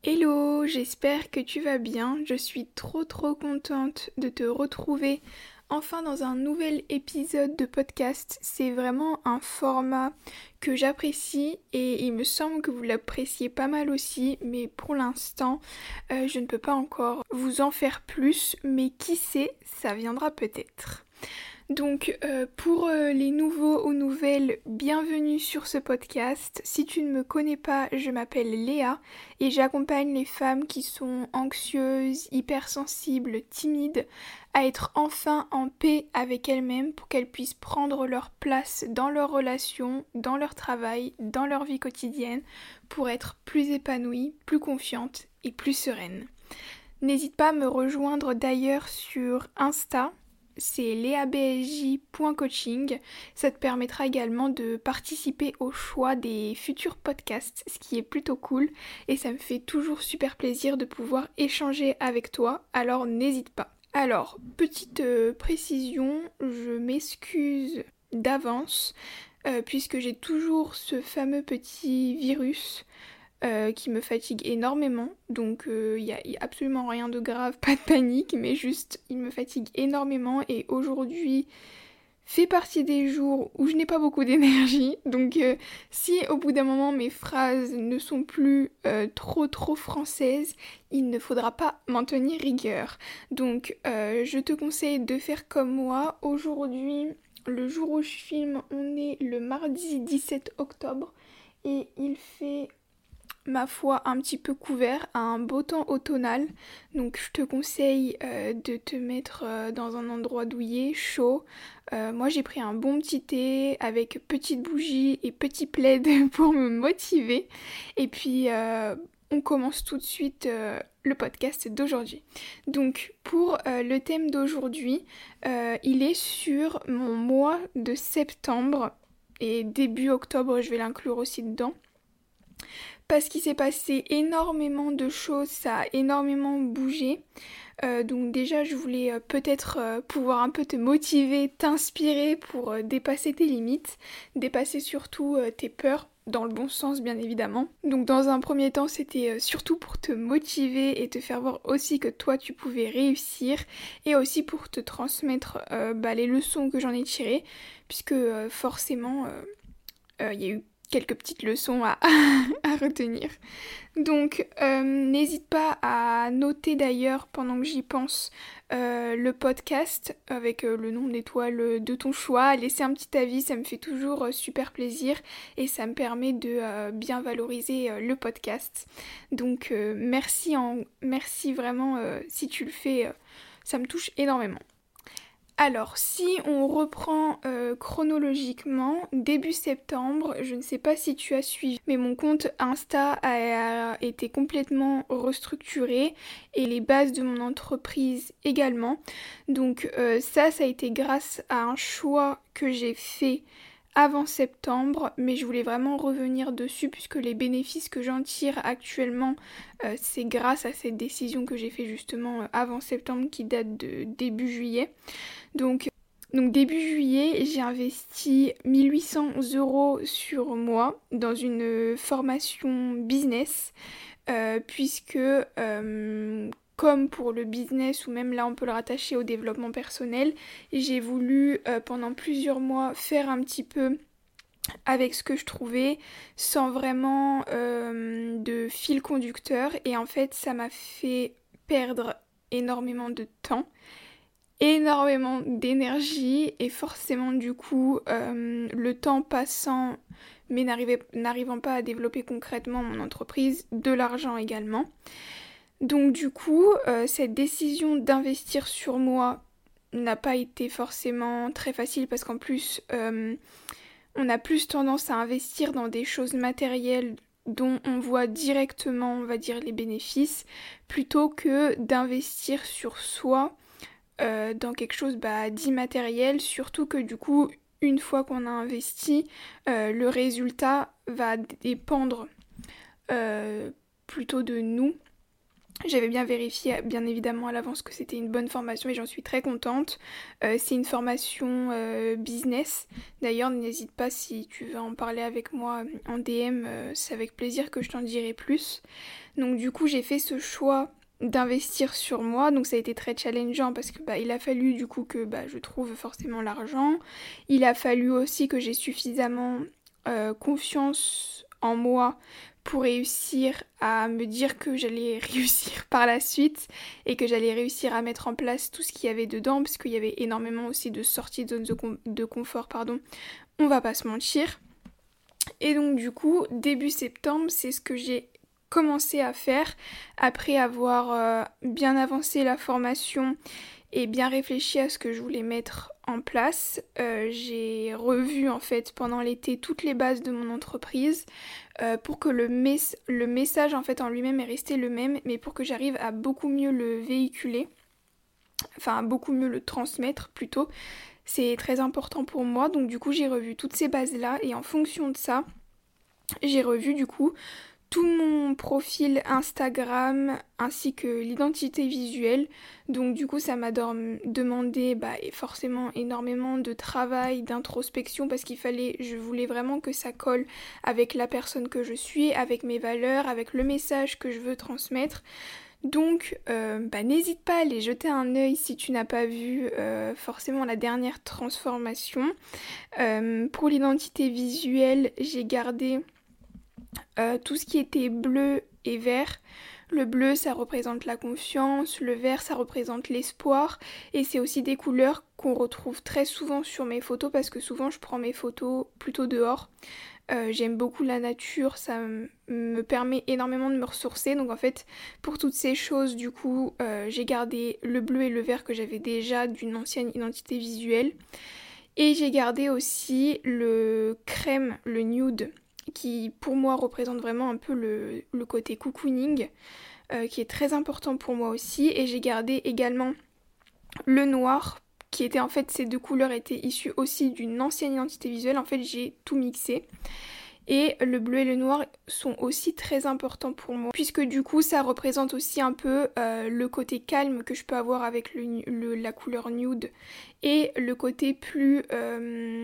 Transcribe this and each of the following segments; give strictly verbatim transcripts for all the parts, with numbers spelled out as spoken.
Hello, j'espère que tu vas bien. Je suis trop trop contente de te retrouver enfin dans un nouvel épisode de podcast. C'est vraiment un format que j'apprécie et il me semble que vous l'appréciez pas mal aussi, mais pour l'instant, euh, je ne peux pas encore vous en faire plus, mais qui sait, ça viendra peut-être. Donc euh, pour euh, les nouveaux ou nouvelles, bienvenue sur ce podcast. Si tu ne me connais pas, je m'appelle Léa et j'accompagne les femmes qui sont anxieuses, hypersensibles, timides à être enfin en paix avec elles-mêmes pour qu'elles puissent prendre leur place dans leurs relations, dans leur travail, dans leur vie quotidienne pour être plus épanouies, plus confiantes et plus sereines. N'hésite pas à me rejoindre d'ailleurs sur Insta. C'est leabsj point coaching. Ça te permettra également de participer au choix des futurs podcasts, ce qui est plutôt cool et ça me fait toujours super plaisir de pouvoir échanger avec toi, alors n'hésite pas. Alors, petite euh, précision, je m'excuse d'avance euh, puisque j'ai toujours ce fameux petit virus Euh, qui me fatigue énormément, donc il euh, n'y a, y a absolument rien de grave, pas de panique, mais juste il me fatigue énormément et aujourd'hui fait partie des jours où je n'ai pas beaucoup d'énergie, donc euh, si au bout d'un moment mes phrases ne sont plus euh, trop trop françaises, il ne faudra pas m'en tenir rigueur. Donc euh, je te conseille de faire comme moi. Aujourd'hui, le jour où je filme, on est le mardi dix-sept octobre et il fait ma foi un petit peu couvert, à un beau temps automnal, donc je te conseille euh, de te mettre euh, dans un endroit douillet, chaud. Euh, moi j'ai pris un bon petit thé avec petite bougie et petit plaid pour me motiver et puis euh, on commence tout de suite euh, le podcast d'aujourd'hui. Donc pour euh, le thème d'aujourd'hui, euh, il est sur mon mois de septembre et début octobre, je vais l'inclure aussi dedans. Parce qu'il s'est passé énormément de choses, ça a énormément bougé. Euh, donc déjà, je voulais euh, peut-être euh, pouvoir un peu te motiver, t'inspirer pour euh, dépasser tes limites, dépasser surtout euh, tes peurs, dans le bon sens bien évidemment. Donc dans un premier temps, c'était euh, surtout pour te motiver et te faire voir aussi que toi tu pouvais réussir et aussi pour te transmettre euh, bah, les leçons que j'en ai tirées, puisque euh, forcément, il euh, euh, y a eu quelques petites leçons à, à retenir. Donc euh, n'hésite pas à noter d'ailleurs pendant que j'y pense euh, le podcast avec euh, le nombre d'étoiles de ton choix, laisser un petit avis, ça me fait toujours euh, super plaisir et ça me permet de euh, bien valoriser euh, le podcast. Donc euh, merci, en, merci vraiment euh, si tu le fais, euh, ça me touche énormément. Alors, si on reprend euh, chronologiquement, début septembre, je ne sais pas si tu as suivi, mais mon compte Insta a, a été complètement restructuré et les bases de mon entreprise également. Donc euh, ça, ça a été grâce à un choix que j'ai fait avant septembre, mais je voulais vraiment revenir dessus puisque les bénéfices que j'en tire actuellement, euh, c'est grâce à cette décision que j'ai fait justement euh, avant septembre qui date de début juillet. Donc, donc début juillet, j'ai investi mille huit cents euros sur moi dans une formation business euh, puisque euh, comme pour le business ou même là on peut le rattacher au développement personnel, j'ai voulu euh, pendant plusieurs mois faire un petit peu avec ce que je trouvais sans vraiment euh, de fil conducteur et en fait ça m'a fait perdre énormément de temps, énormément d'énergie et forcément du coup euh, le temps passant mais n'arrivant pas à développer concrètement mon entreprise, de l'argent également. Donc du coup, euh, cette décision d'investir sur moi n'a pas été forcément très facile parce qu'en plus, euh, on a plus tendance à investir dans des choses matérielles dont on voit directement, on va dire, les bénéfices, plutôt que d'investir sur soi euh, dans quelque chose bah, d'immatériel, surtout que du coup, une fois qu'on a investi, euh, le résultat va dépendre euh, plutôt de nous. J'avais bien vérifié bien évidemment à l'avance que c'était une bonne formation et j'en suis très contente. Euh, c'est une formation euh, business. D'ailleurs, n'hésite pas si tu veux en parler avec moi en D M, euh, c'est avec plaisir que je t'en dirai plus. Donc du coup, j'ai fait ce choix d'investir sur moi, donc ça a été très challengeant parce que bah, il a fallu du coup que bah, je trouve forcément l'argent. Il a fallu aussi que j'ai suffisamment euh, confiance en moi pour réussir à me dire que j'allais réussir par la suite et que j'allais réussir à mettre en place tout ce qu'il y avait dedans, parce qu'il y avait énormément aussi de sorties de zone de, com- de confort, pardon, on va pas se mentir. Et donc du coup, début septembre, c'est ce que j'ai commencé à faire après avoir euh, bien avancé la formation et bien réfléchi à ce que je voulais mettre en place. Euh, j'ai revu en fait pendant l'été toutes les bases de mon entreprise euh, pour que le, mes- le message en fait en lui-même est resté le même, mais pour que j'arrive à beaucoup mieux le véhiculer, enfin à beaucoup mieux le transmettre plutôt. C'est très important pour moi, donc du coup j'ai revu toutes ces bases-là et en fonction de ça, j'ai revu du coup tout mon profil Instagram ainsi que l'identité visuelle. Donc du coup ça m'a demandé bah, forcément énormément de travail, d'introspection parce qu'il fallait, je voulais vraiment que ça colle avec la personne que je suis, avec mes valeurs, avec le message que je veux transmettre. Donc euh, bah, n'hésite pas à aller jeter un œil si tu n'as pas vu euh, forcément la dernière transformation. Euh, pour l'identité visuelle, j'ai gardé Euh, tout ce qui était bleu et vert. Le bleu, ça représente la confiance, le vert, ça représente l'espoir, et c'est aussi des couleurs qu'on retrouve très souvent sur mes photos, parce que souvent je prends mes photos plutôt dehors. Euh, j'aime beaucoup la nature, ça m- me permet énormément de me ressourcer, donc en fait, pour toutes ces choses, du coup, euh, j'ai gardé le bleu et le vert que j'avais déjà d'une ancienne identité visuelle, et j'ai gardé aussi le crème, le nude, qui pour moi représente vraiment un peu le, le côté cocooning, euh, qui est très important pour moi aussi. Et j'ai gardé également le noir, qui était en fait, ces deux couleurs étaient issues aussi d'une ancienne identité visuelle. En fait, j'ai tout mixé. Et le bleu et le noir sont aussi très importants pour moi, puisque du coup ça représente aussi un peu euh, le côté calme que je peux avoir avec le, le- la couleur nude et le côté plus, euh,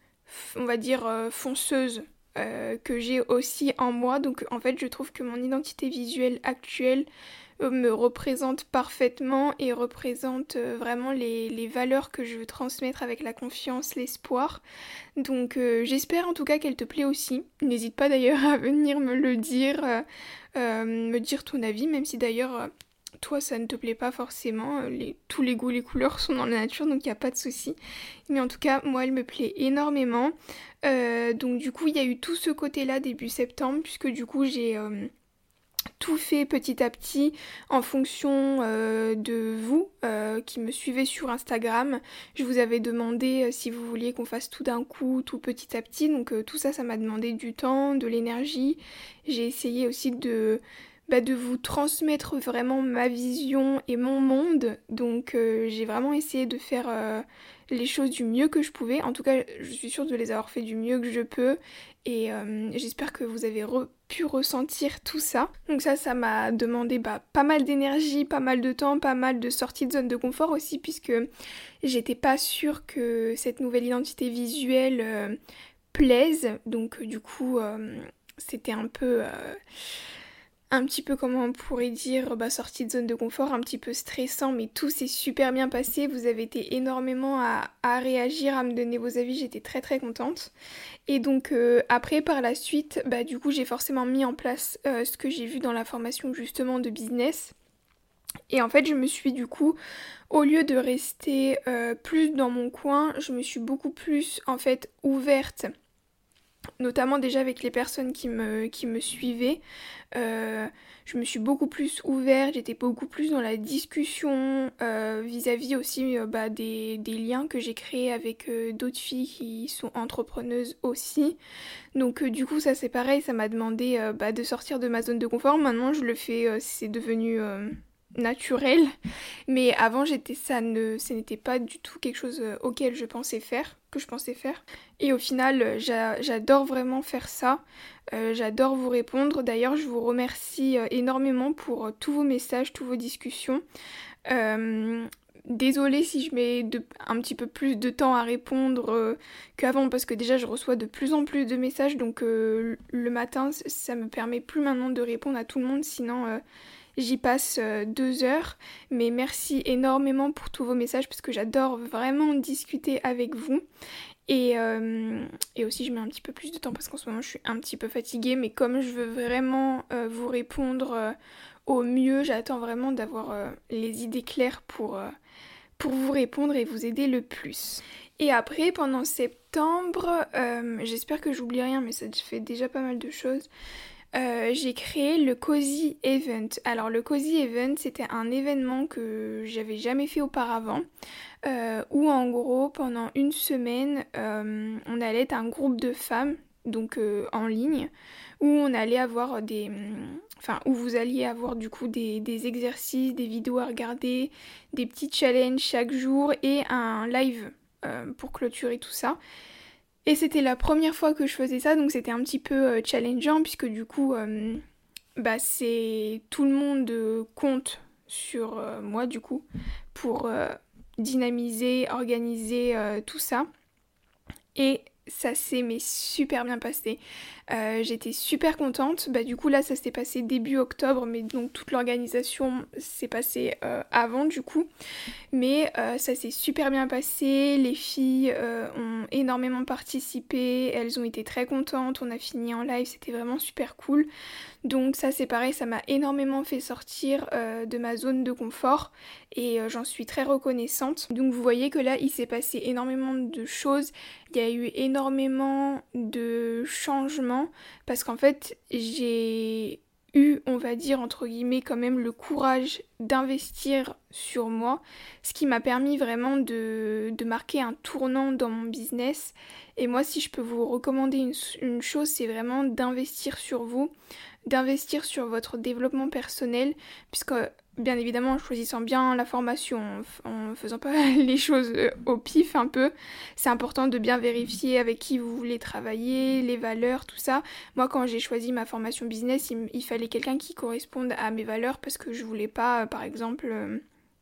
on va dire, euh, fonceuse euh, que j'ai aussi en moi. Donc en fait je trouve que mon identité visuelle actuelle euh, me représente parfaitement et représente euh, vraiment les, les valeurs que je veux transmettre avec la confiance, l'espoir. Donc euh, j'espère en tout cas qu'elle te plaît aussi. N'hésite pas d'ailleurs à venir me le dire, euh, euh, me dire ton avis, même si d'ailleurs euh, toi ça ne te plaît pas forcément. Euh, les, tous les goûts, les couleurs sont dans la nature, donc il n'y a pas de souci. Mais en tout cas, moi elle me plaît énormément. Euh, donc du coup il y a eu tout ce côté-là début septembre, puisque du coup j'ai... euh, tout fait petit à petit en fonction euh, de vous euh, qui me suivez sur Instagram. Je vous avais demandé euh, si vous vouliez qu'on fasse tout d'un coup, tout petit à petit. Donc euh, tout ça, ça m'a demandé du temps, de l'énergie. J'ai essayé aussi de, bah, de vous transmettre vraiment ma vision et mon monde. Donc euh, j'ai vraiment essayé de faire euh, les choses du mieux que je pouvais. En tout cas, je suis sûre de les avoir fait du mieux que je peux. Et euh, j'espère que vous avez re- pu ressentir tout ça. Donc ça, ça m'a demandé bah, pas mal d'énergie, pas mal de temps, pas mal de sorties de zone de confort aussi, puisque j'étais pas sûre que cette nouvelle identité visuelle euh, plaise. Donc euh, du coup, euh, c'était un peu... euh, un petit peu, comment on pourrait dire, bah, sortie de zone de confort, un petit peu stressant, mais tout s'est super bien passé. Vous avez été énormément à, à réagir, à me donner vos avis, j'étais très très contente. Et donc euh, après, par la suite, bah, du coup, j'ai forcément mis en place euh, ce que j'ai vu dans la formation justement de business. Et en fait, je me suis du coup, au lieu de rester euh, plus dans mon coin, je me suis beaucoup plus en fait ouverte, notamment déjà avec les personnes qui me, qui me suivaient. Euh, je me suis beaucoup plus ouverte, j'étais beaucoup plus dans la discussion euh, vis-à-vis aussi euh, bah, des, des liens que j'ai créés avec euh, d'autres filles qui sont entrepreneuses aussi. Donc euh, du coup ça c'est pareil, ça m'a demandé euh, bah, de sortir de ma zone de confort. Maintenant je le fais, euh, c'est devenu euh, naturel. Mais avant j'étais, ça ne, ce n'était pas du tout quelque chose euh, auquel je pensais faire. que je pensais faire. Et au final, euh, j'a- j'adore vraiment faire ça. Euh, j'adore vous répondre. D'ailleurs, je vous remercie euh, énormément pour euh, tous vos messages, toutes vos discussions. Euh, Désolée si je mets de- un petit peu plus de temps à répondre euh, qu'avant, parce que déjà je reçois de plus en plus de messages, donc euh, le matin c- ça me permet plus maintenant de répondre à tout le monde, sinon euh, j'y passe euh, deux heures. Mais merci énormément pour tous vos messages, parce que j'adore vraiment discuter avec vous. Et, euh, et aussi je mets un petit peu plus de temps parce qu'en ce moment je suis un petit peu fatiguée, mais comme je veux vraiment euh, vous répondre euh, au mieux, j'attends vraiment d'avoir euh, les idées claires pour, euh, pour vous répondre et vous aider le plus. Et après, pendant septembre, euh, j'espère que j'oublie rien, mais ça fait déjà pas mal de choses. Euh, j'ai créé le Cozy Event. Alors le Cozy Event, c'était un événement que j'avais jamais fait auparavant, euh, où en gros, pendant une semaine, euh, on allait être un groupe de femmes, donc euh, en ligne, où on allait avoir des... Enfin, où vous alliez avoir du coup des, des exercices, des vidéos à regarder, des petits challenges chaque jour et un live euh, pour clôturer tout ça. Et c'était la première fois que je faisais ça, donc c'était un petit peu euh, challengeant, puisque du coup, euh, bah c'est tout le monde euh, compte sur euh, moi du coup pour euh, dynamiser, organiser euh, tout ça. Et ça s'est mais super bien passé. Euh, j'étais super contente. Bah du coup là ça s'est passé début octobre, mais donc toute l'organisation s'est passée euh, avant du coup. Mais euh, ça s'est super bien passé, les filles euh, ont énormément participé, elles ont été très contentes, on a fini en live, c'était vraiment super cool. Donc ça c'est pareil, ça m'a énormément fait sortir euh, de ma zone de confort et euh, j'en suis très reconnaissante. Donc vous voyez que là il s'est passé énormément de choses, il y a eu énormément de changements parce qu'en fait j'ai eu, on va dire entre guillemets, quand même le courage d'investir sur moi, ce qui m'a permis vraiment de, de marquer un tournant dans mon business. Et moi, si je peux vous recommander une, une chose, c'est vraiment d'investir sur vous, d'investir sur votre développement personnel, puisque bien évidemment en choisissant bien la formation, en faisant pas les choses au pif un peu, c'est important de bien vérifier avec qui vous voulez travailler, les valeurs, tout ça. Moi quand j'ai choisi ma formation business, il, il fallait quelqu'un qui corresponde à mes valeurs parce que je voulais pas, par exemple, euh,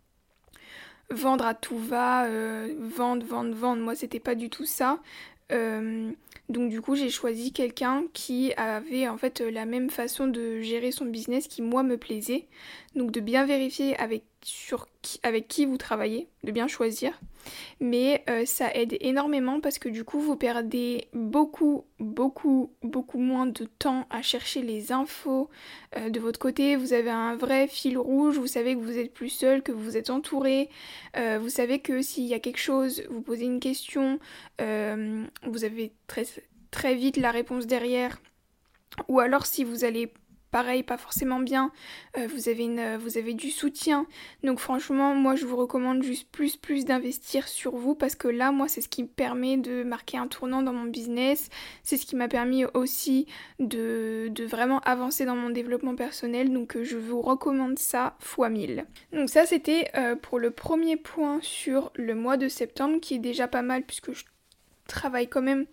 vendre à tout va, euh, vendre, vendre, vendre. Moi c'était pas du tout ça. Euh, donc du coup j'ai choisi quelqu'un qui avait en fait la même façon de gérer son business qui moi me plaisait. Donc de bien vérifier avec, sur qui, avec qui vous travaillez, de bien choisir. Mais euh, ça aide énormément parce que du coup vous perdez beaucoup, beaucoup, beaucoup moins de temps à chercher les infos euh, de votre côté. Vous avez un vrai fil rouge, vous savez que vous êtes plus seul, que vous êtes entouré. Euh, vous savez que s'il y a quelque chose, vous posez une question, euh, vous avez très, très vite la réponse derrière. Ou alors si vous allez pareil, pas forcément bien, euh, vous avez une, vous avez du soutien. Donc franchement, moi je vous recommande juste plus plus d'investir sur vous parce que là, moi c'est ce qui me permet de marquer un tournant dans mon business. C'est ce qui m'a permis aussi de, de vraiment avancer dans mon développement personnel. Donc euh, je vous recommande ça fois mille. Donc ça c'était euh, pour le premier point sur le mois de septembre qui est déjà pas mal puisque je travaille quand même,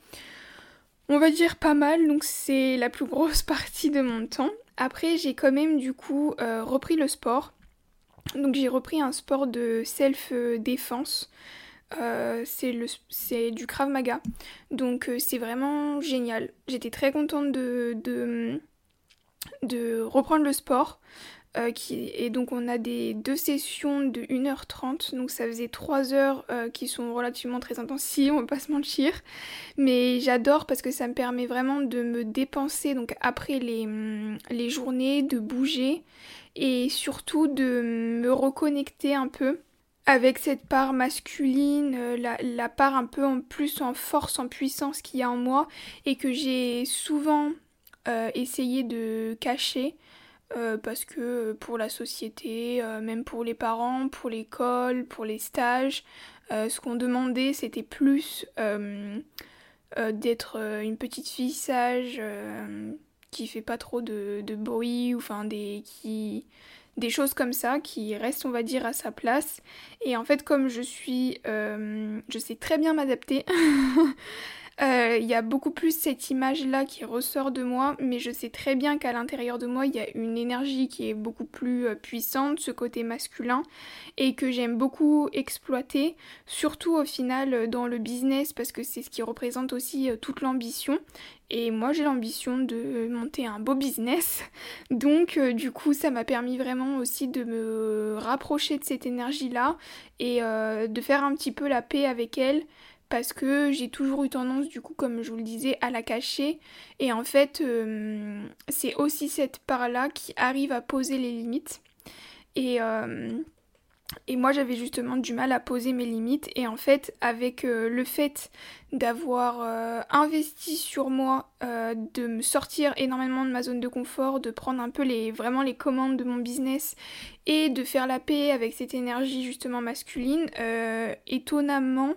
on va dire pas mal, donc c'est la plus grosse partie de mon temps. Après, j'ai quand même du coup euh, repris le sport. Donc j'ai repris un sport de self-défense. Euh, c'est, le, c'est du Krav Maga. Donc euh, c'est vraiment génial. J'étais très contente de, de, de reprendre le sport. Euh, qui, et donc on a des deux sessions de une heure trente, donc ça faisait trois heures euh, qui sont relativement très intensives, on va pas se mentir, mais j'adore parce que ça me permet vraiment de me dépenser donc après les, les journées, de bouger et surtout de me reconnecter un peu avec cette part masculine, euh, la, la part un peu en plus en force, en puissance qu'il y a en moi et que j'ai souvent euh, essayé de cacher. Euh, parce que euh, pour la société, euh, même pour les parents, pour l'école, pour les stages, euh, ce qu'on demandait c'était plus euh, euh, d'être euh, une petite fille sage, euh, qui fait pas trop de, de bruit, ou enfin des qui des choses comme ça qui restent, on va dire, à sa place. Et en fait, comme je suis euh, je sais très bien m'adapter. Euh, Il y a beaucoup plus cette image-là qui ressort de moi, mais je sais très bien qu'à l'intérieur de moi, il y a une énergie qui est beaucoup plus euh, puissante, ce côté masculin, et que j'aime beaucoup exploiter, surtout au final euh, dans le business, parce que c'est ce qui représente aussi euh, toute l'ambition. Et moi, j'ai l'ambition de monter un beau business, donc euh, du coup, ça m'a permis vraiment aussi de me rapprocher de cette énergie-là et euh, de faire un petit peu la paix avec elle parce que j'ai toujours eu tendance, du coup, comme je vous le disais, à la cacher. Et en fait, euh, c'est aussi cette part-là qui arrive à poser les limites. Et, euh, et moi, j'avais justement du mal à poser mes limites. Et en fait, avec euh, le fait d'avoir euh, investi sur moi, euh, de me sortir énormément de ma zone de confort, de prendre un peu les, vraiment les commandes de mon business et de faire la paix avec cette énergie justement masculine, euh, étonnamment,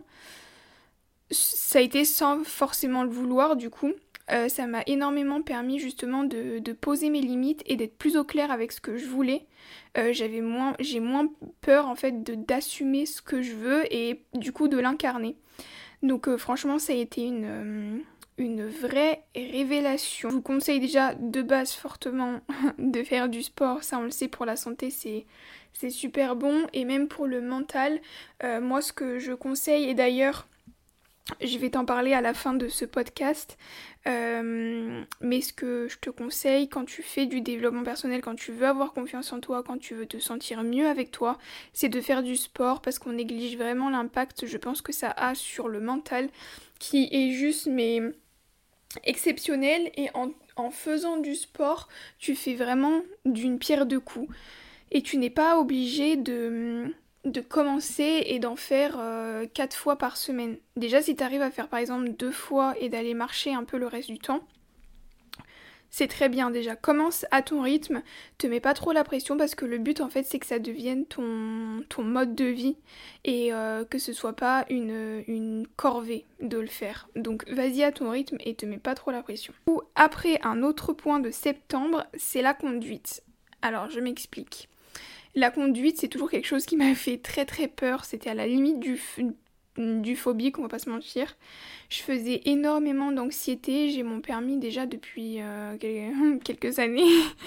ça a été sans forcément le vouloir du coup. Euh, ça m'a énormément permis justement de, de poser mes limites et d'être plus au clair avec ce que je voulais. Euh, j'avais moins, j'ai moins peur en fait de, d'assumer ce que je veux et du coup de l'incarner. Donc euh, franchement ça a été une, euh, une vraie révélation. Je vous conseille déjà de base fortement de faire du sport, ça on le sait pour la santé c'est, c'est super bon et même pour le mental. Euh, moi ce que je conseille et d'ailleurs je vais t'en parler à la fin de ce podcast, euh, mais ce que je te conseille quand tu fais du développement personnel, quand tu veux avoir confiance en toi, quand tu veux te sentir mieux avec toi, c'est de faire du sport parce qu'on néglige vraiment l'impact, je pense que ça a sur le mental, qui est juste mais exceptionnel et en, en faisant du sport, tu fais vraiment d'une pierre deux coups et tu n'es pas obligé de de commencer et d'en faire euh, quatre fois par semaine. Déjà, si tu arrives à faire par exemple deux fois et d'aller marcher un peu le reste du temps, c'est très bien déjà. Commence à ton rythme, te mets pas trop la pression parce que le but en fait c'est que ça devienne ton, ton mode de vie et euh, que ce soit pas une, une corvée de le faire. Donc vas-y à ton rythme et te mets pas trop la pression. Après, un autre point de septembre, c'est la conduite. Alors je m'explique. La conduite, c'est toujours quelque chose qui m'a fait très très peur. C'était à la limite du, du phobique, on va pas se mentir. Je faisais énormément d'anxiété. J'ai mon permis déjà depuis euh, quelques années.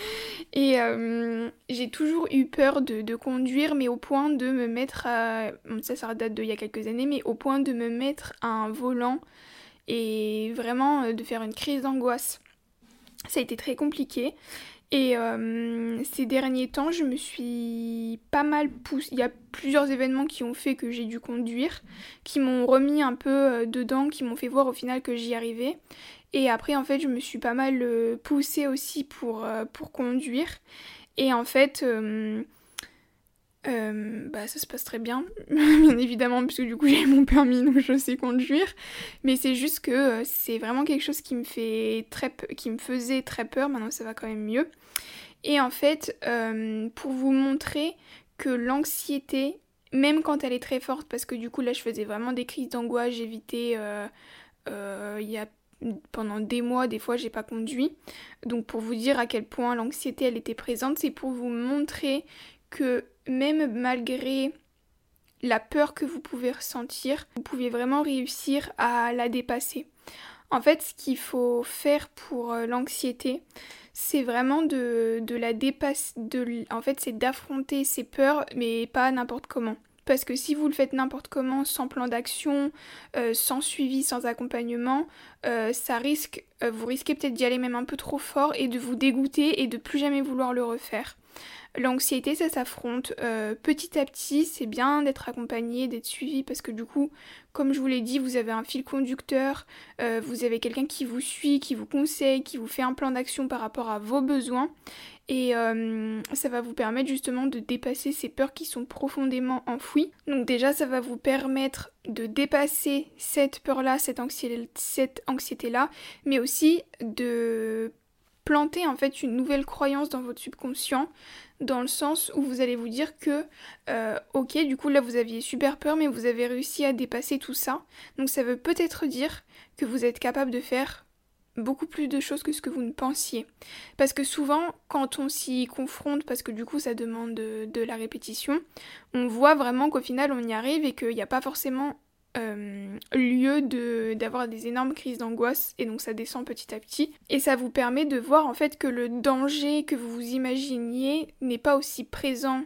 Et euh, j'ai toujours eu peur de, de conduire, mais au point de me mettre à... Ça, ça date d'il y a quelques années, mais au point de me mettre à un volant et vraiment de faire une crise d'angoisse. Ça a été très compliqué. Et euh, ces derniers temps, je me suis pas mal poussée. Il y a plusieurs événements qui ont fait que j'ai dû conduire, qui m'ont remis un peu euh, dedans, qui m'ont fait voir au final que j'y arrivais. Et après, en fait, je me suis pas mal euh, poussée aussi pour, euh, pour conduire. Et en fait, euh, euh, bah, ça se passe très bien, bien évidemment, puisque du coup j'ai mon permis, donc je sais conduire. Mais c'est juste que euh, c'est vraiment quelque chose qui me fait très pe- qui me faisait très peur. Maintenant, ça va quand même mieux. Et en fait, euh, pour vous montrer que l'anxiété, même quand elle est très forte, parce que du coup là je faisais vraiment des crises d'angoisse, j'évitais euh, euh, il y a pendant des mois, des fois j'ai pas conduit. Donc pour vous dire à quel point l'anxiété elle était présente, c'est pour vous montrer que même malgré la peur que vous pouvez ressentir, vous pouvez vraiment réussir à la dépasser. En fait, ce qu'il faut faire pour euh, l'anxiété, c'est vraiment de, de la dépasser. De, en fait, c'est d'affronter ses peurs, mais pas n'importe comment. Parce que si vous le faites n'importe comment, sans plan d'action, euh, sans suivi, sans accompagnement, euh, ça risque, euh, vous risquez peut-être d'y aller même un peu trop fort et de vous dégoûter et de plus jamais vouloir le refaire. L'anxiété, ça s'affronte euh, petit à petit, c'est bien d'être accompagné, d'être suivi parce que du coup, comme je vous l'ai dit, vous avez un fil conducteur, euh, vous avez quelqu'un qui vous suit, qui vous conseille, qui vous fait un plan d'action par rapport à vos besoins et euh, ça va vous permettre justement de dépasser ces peurs qui sont profondément enfouies. Donc déjà, ça va vous permettre de dépasser cette peur-là, cette anxiété, cette anxiété-là, mais aussi de planter en fait une nouvelle croyance dans votre subconscient, dans le sens où vous allez vous dire que euh, ok, du coup là vous aviez super peur mais vous avez réussi à dépasser tout ça, donc ça veut peut-être dire que vous êtes capable de faire beaucoup plus de choses que ce que vous ne pensiez. Parce que souvent, quand on s'y confronte, parce que du coup ça demande de, de la répétition, on voit vraiment qu'au final on y arrive et qu'il n'y a pas forcément euh, lieu de, d'avoir des énormes crises d'angoisse, et donc ça descend petit à petit. Et ça vous permet de voir en fait que le danger que vous vous imaginiez n'est pas aussi présent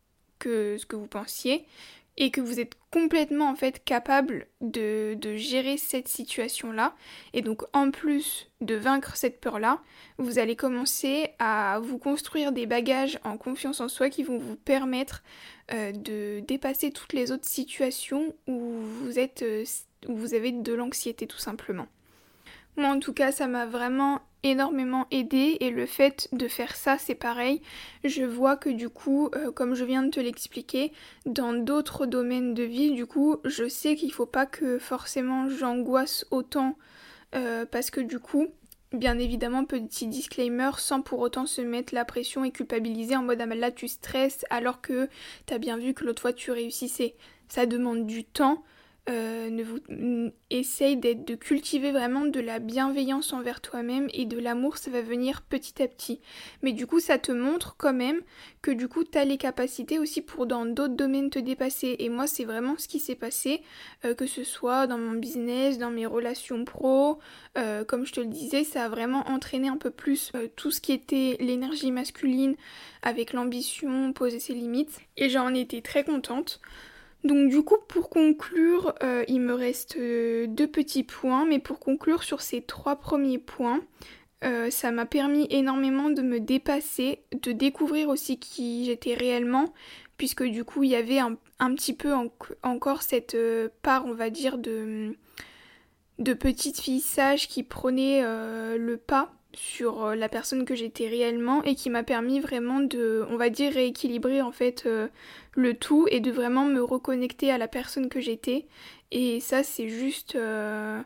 que ce que vous pensiez, et que vous êtes complètement en fait capable de, de gérer cette situation-là. Et donc en plus de vaincre cette peur-là, vous allez commencer à vous construire des bagages en confiance en soi qui vont vous permettre euh, de dépasser toutes les autres situations où vous êtes, euh, où vous avez de l'anxiété tout simplement. Moi en tout cas ça m'a vraiment énormément aidé, et le fait de faire ça c'est pareil. Je vois que du coup, euh, comme je viens de te l'expliquer, dans d'autres domaines de vie, du coup je sais qu'il faut pas que forcément j'angoisse autant euh, parce que du coup, bien évidemment, petit disclaimer, sans pour autant se mettre la pression et culpabiliser en mode ah mais là tu stresses alors que t'as bien vu que l'autre fois tu réussissais. Ça demande du temps. Euh, ne vous n- essaye d'être, de cultiver vraiment de la bienveillance envers toi-même, et de l'amour ça va venir petit à petit. Mais du coup ça te montre quand même que du coup t'as les capacités aussi pour dans d'autres domaines te dépasser, et moi c'est vraiment ce qui s'est passé, euh, que ce soit dans mon business, dans mes relations pro, euh, comme je te le disais, ça a vraiment entraîné un peu plus euh, tout ce qui était l'énergie masculine avec l'ambition, poser ses limites, et j'en étais très contente. Donc du coup, pour conclure, euh, il me reste euh, deux petits points, mais pour conclure sur ces trois premiers points, euh, ça m'a permis énormément de me dépasser, de découvrir aussi qui j'étais réellement, puisque du coup, il y avait un, un petit peu en- encore cette euh, part, on va dire, de, de petite fille sage qui prenait euh, le pas sur euh, la personne que j'étais réellement, et qui m'a permis vraiment de, on va dire, rééquilibrer en fait euh, le tout, et de vraiment me reconnecter à la personne que j'étais. Et ça c'est juste euh,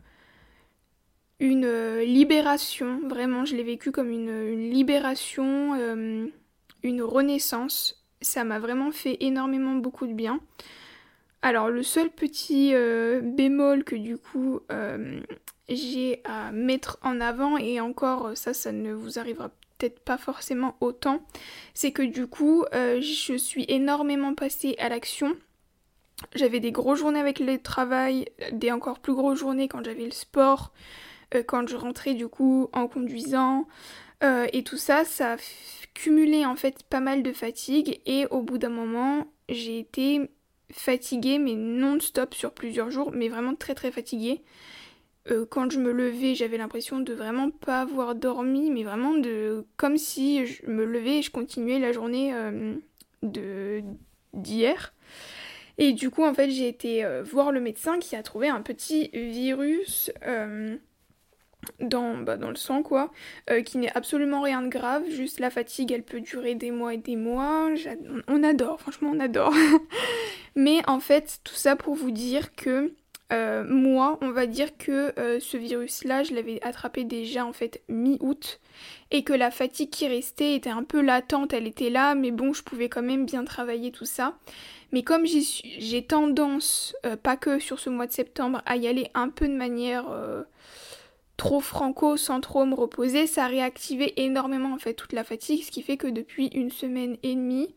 une euh, libération, vraiment je l'ai vécu comme une, une libération, euh, une renaissance. Ça m'a vraiment fait énormément beaucoup de bien. Alors le seul petit euh, bémol que du coup euh, j'ai à mettre en avant, et encore ça ça ne vous arrivera peut-être pas forcément autant, c'est que du coup euh, je suis énormément passée à l'action. J'avais des grosses journées avec le travail, des encore plus grosses journées quand j'avais le sport, euh, quand je rentrais du coup en conduisant, euh, et tout ça, ça a f- cumulé en fait pas mal de fatigue, et au bout d'un moment j'ai été fatiguée mais non-stop sur plusieurs jours, mais vraiment très très fatiguée. Euh, quand je me levais, j'avais l'impression de vraiment pas avoir dormi, mais vraiment de comme si je me levais et je continuais la journée euh, de d'hier. Et du coup, en fait, j'ai été euh, voir le médecin qui a trouvé un petit virus euh, dans, bah, dans le sang, quoi, euh, qui n'est absolument rien de grave, juste la fatigue, elle peut durer des mois et des mois. J'a- On adore, franchement, on adore. Mais en fait, tout ça pour vous dire que euh, moi, on va dire que euh, ce virus-là, je l'avais attrapé déjà en fait mi-août, et que la fatigue qui restait était un peu latente, elle était là, mais bon, je pouvais quand même bien travailler tout ça. Mais comme j'y suis- j'ai tendance, euh, pas que sur ce mois de septembre, à y aller un peu de manière euh, trop franco, sans trop me reposer, ça a réactivé énormément en fait toute la fatigue, ce qui fait que depuis une semaine et demie,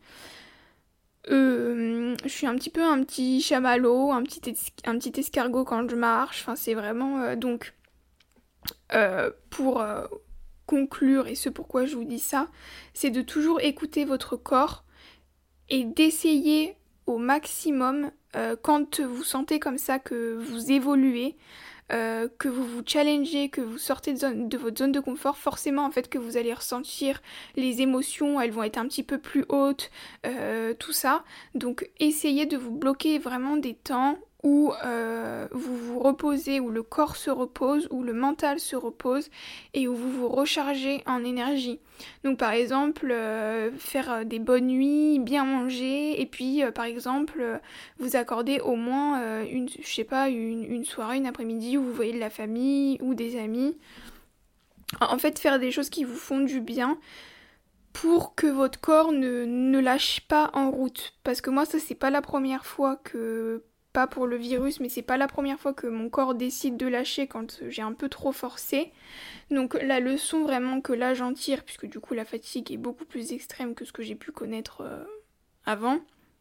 euh, je suis un petit peu un petit chamallow, un petit, es- un petit escargot quand je marche, enfin c'est vraiment... euh, donc, euh, pour euh, conclure, et ce pourquoi je vous dis ça, c'est de toujours écouter votre corps, et d'essayer au maximum, euh, quand vous sentez comme ça que vous évoluez, euh, que vous vous challengez, que vous sortez de, zone- de votre zone de confort, forcément en fait que vous allez ressentir les émotions, elles vont être un petit peu plus hautes, euh, tout ça. Donc essayez de vous bloquer vraiment des temps où euh, vous vous reposez, où le corps se repose, où le mental se repose, et où vous vous rechargez en énergie. Donc par exemple, euh, faire euh, des bonnes nuits, bien manger, et puis euh, par exemple, euh, vous accorder au moins euh, une, je sais pas, une, une soirée, une après-midi où vous voyez de la famille ou des amis. En fait, faire des choses qui vous font du bien pour que votre corps ne, ne lâche pas en route. Parce que moi, ça, c'est pas la première fois que pas pour le virus, mais c'est pas la première fois que mon corps décide de lâcher quand j'ai un peu trop forcé. Donc la leçon vraiment que là j'en tire, puisque du coup la fatigue est beaucoup plus extrême que ce que j'ai pu connaître euh, avant,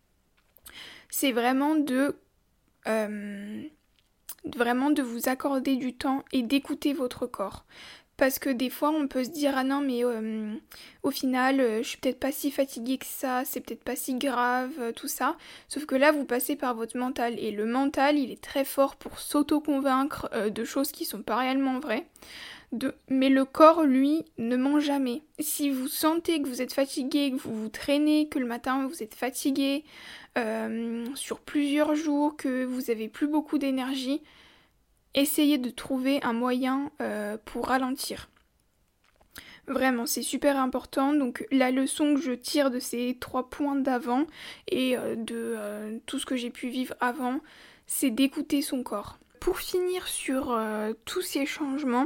c'est vraiment de... Euh, vraiment de vous accorder du temps et d'écouter votre corps. Parce que des fois on peut se dire ah non mais euh, au final euh, je suis peut-être pas si fatiguée que ça, c'est peut-être pas si grave, euh, tout ça. Sauf que là vous passez par votre mental et le mental il est très fort pour s'auto-convaincre euh, de choses qui sont pas réellement vraies. De... Mais le corps lui ne ment jamais. Si vous sentez que vous êtes fatigué, que vous vous traînez, que le matin vous êtes fatigué euh, sur plusieurs jours, que vous avez plus beaucoup d'énergie, essayez de trouver un moyen euh, pour ralentir. Vraiment, c'est super important. Donc la leçon que je tire de ces trois points d'avant et euh, de euh, tout ce que j'ai pu vivre avant, c'est d'écouter son corps. Pour finir sur euh, tous ces changements,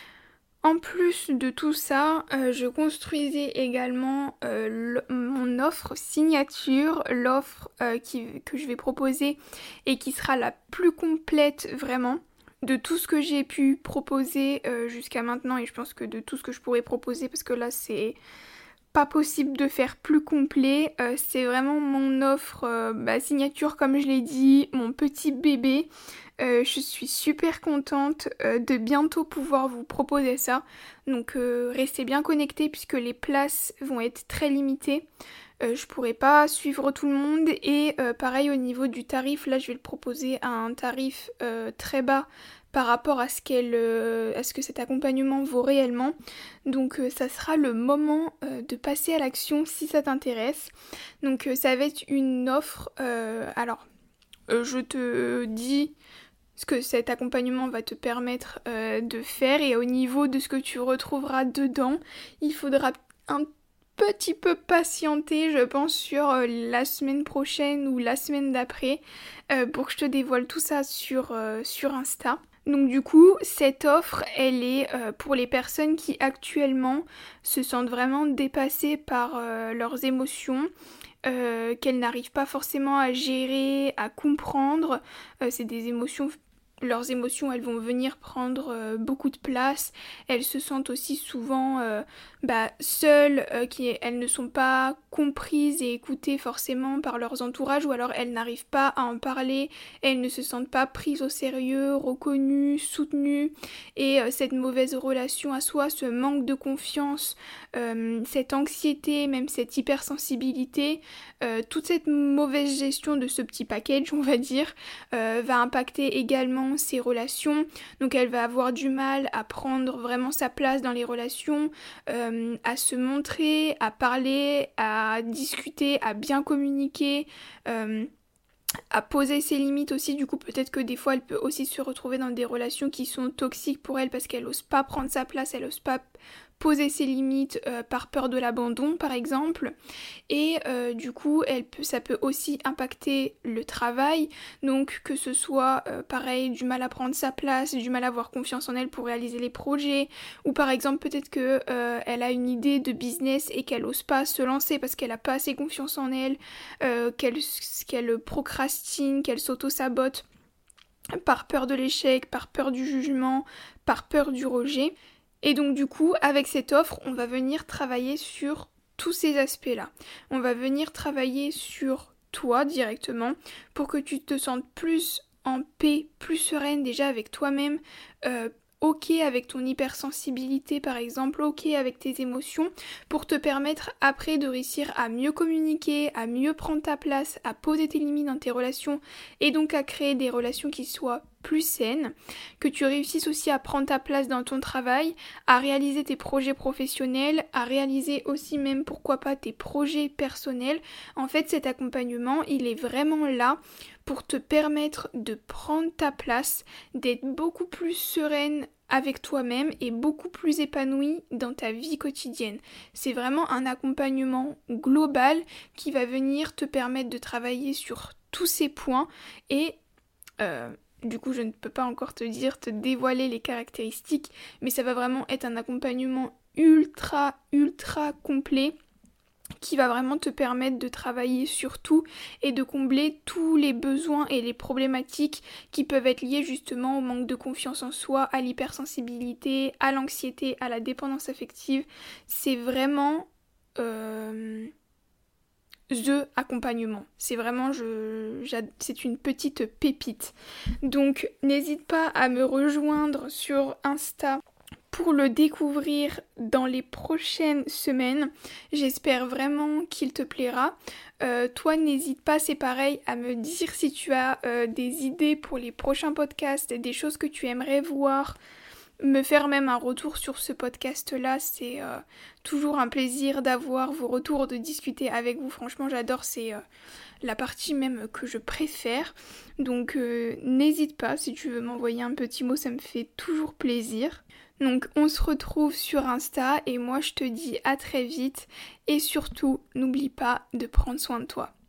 en plus de tout ça, euh, je construisais également euh, le, mon offre signature, l'offre euh, qui, que je vais proposer et qui sera la plus complète vraiment de tout ce que j'ai pu proposer euh, jusqu'à maintenant, et je pense que de tout ce que je pourrais proposer, parce que là c'est pas possible de faire plus complet. Euh, c'est vraiment mon offre euh, bah, signature, comme je l'ai dit, mon petit bébé. Euh, je suis super contente euh, de bientôt pouvoir vous proposer ça. Donc euh, restez bien connectés puisque les places vont être très limitées. Euh, je pourrai pas suivre tout le monde et euh, pareil au niveau du tarif, là je vais le proposer à un tarif euh, très bas par rapport à ce, qu'elle, euh, à ce que cet accompagnement vaut réellement. Donc euh, ça sera le moment euh, de passer à l'action si ça t'intéresse. Donc euh, ça va être une offre, euh, alors euh, je te dis ce que cet accompagnement va te permettre euh, de faire et au niveau de ce que tu retrouveras dedans, il faudra un petit peu patienter, je pense, sur euh, la semaine prochaine ou la semaine d'après euh, pour que je te dévoile tout ça sur, euh, sur Insta. Donc du coup, cette offre, elle est euh, pour les personnes qui actuellement se sentent vraiment dépassées par euh, leurs émotions, euh, qu'elles n'arrivent pas forcément à gérer, à comprendre. Euh, c'est des émotions... Leurs émotions, elles vont venir prendre euh, beaucoup de place. Elles se sentent aussi souvent euh, bah, seules, euh, qui, elles ne sont pas comprises et écoutées forcément par leurs entourages, ou alors elles n'arrivent pas à en parler, elles ne se sentent pas prises au sérieux, reconnues, soutenues. Et euh, cette mauvaise relation à soi, ce manque de confiance, euh, cette anxiété, même cette hypersensibilité, euh, toute cette mauvaise gestion de ce petit package, on va dire, euh, va impacter également ses relations. Donc elle va avoir du mal à prendre vraiment sa place dans les relations, euh, à se montrer, à parler, à discuter, à bien communiquer, euh, à poser ses limites aussi. Du coup peut-être que des fois elle peut aussi se retrouver dans des relations qui sont toxiques pour elle parce qu'elle n'ose pas prendre sa place, elle n'ose pas poser ses limites euh, par peur de l'abandon par exemple, et euh, du coup elle peut, ça peut aussi impacter le travail, donc que ce soit euh, pareil, du mal à prendre sa place, du mal à avoir confiance en elle pour réaliser les projets, ou par exemple peut-être que euh, elle a une idée de business et qu'elle n'ose pas se lancer parce qu'elle a pas assez confiance en elle, euh, qu'elle, qu'elle procrastine, qu'elle s'auto-sabote par peur de l'échec, par peur du jugement, par peur du rejet. Et donc du coup, avec cette offre, on va venir travailler sur tous ces aspects-là. On va venir travailler sur toi directement pour que tu te sentes plus en paix, plus sereine déjà avec toi-même, euh, ok avec ton hypersensibilité par exemple, ok avec tes émotions, pour te permettre après de réussir à mieux communiquer, à mieux prendre ta place, à poser tes limites dans tes relations et donc à créer des relations qui soient plus saines, que tu réussisses aussi à prendre ta place dans ton travail, à réaliser tes projets professionnels, à réaliser aussi même pourquoi pas tes projets personnels. En fait cet accompagnement il est vraiment là pour te permettre de prendre ta place, d'être beaucoup plus sereine avec toi-même et beaucoup plus épanouie dans ta vie quotidienne. C'est vraiment un accompagnement global qui va venir te permettre de travailler sur tous ces points et euh, du coup je ne peux pas encore te dire, te dévoiler les caractéristiques, mais ça va vraiment être un accompagnement ultra ultra complet qui va vraiment te permettre de travailler sur tout et de combler tous les besoins et les problématiques qui peuvent être liées justement au manque de confiance en soi, à l'hypersensibilité, à l'anxiété, à la dépendance affective. C'est vraiment euh, the accompagnement. C'est vraiment, je, c'est une petite pépite. Donc n'hésite pas à me rejoindre sur Insta pour le découvrir dans les prochaines semaines. J'espère vraiment qu'il te plaira. Euh, toi, n'hésite pas, c'est pareil, à me dire si tu as euh, des idées pour les prochains podcasts, des choses que tu aimerais voir, me faire même un retour sur ce podcast-là. C'est euh, toujours un plaisir d'avoir vos retours, de discuter avec vous. Franchement, j'adore, c'est euh, la partie même que je préfère. Donc, euh, n'hésite pas, si tu veux m'envoyer un petit mot, ça me fait toujours plaisir. Donc on se retrouve sur Insta et moi je te dis à très vite et surtout n'oublie pas de prendre soin de toi.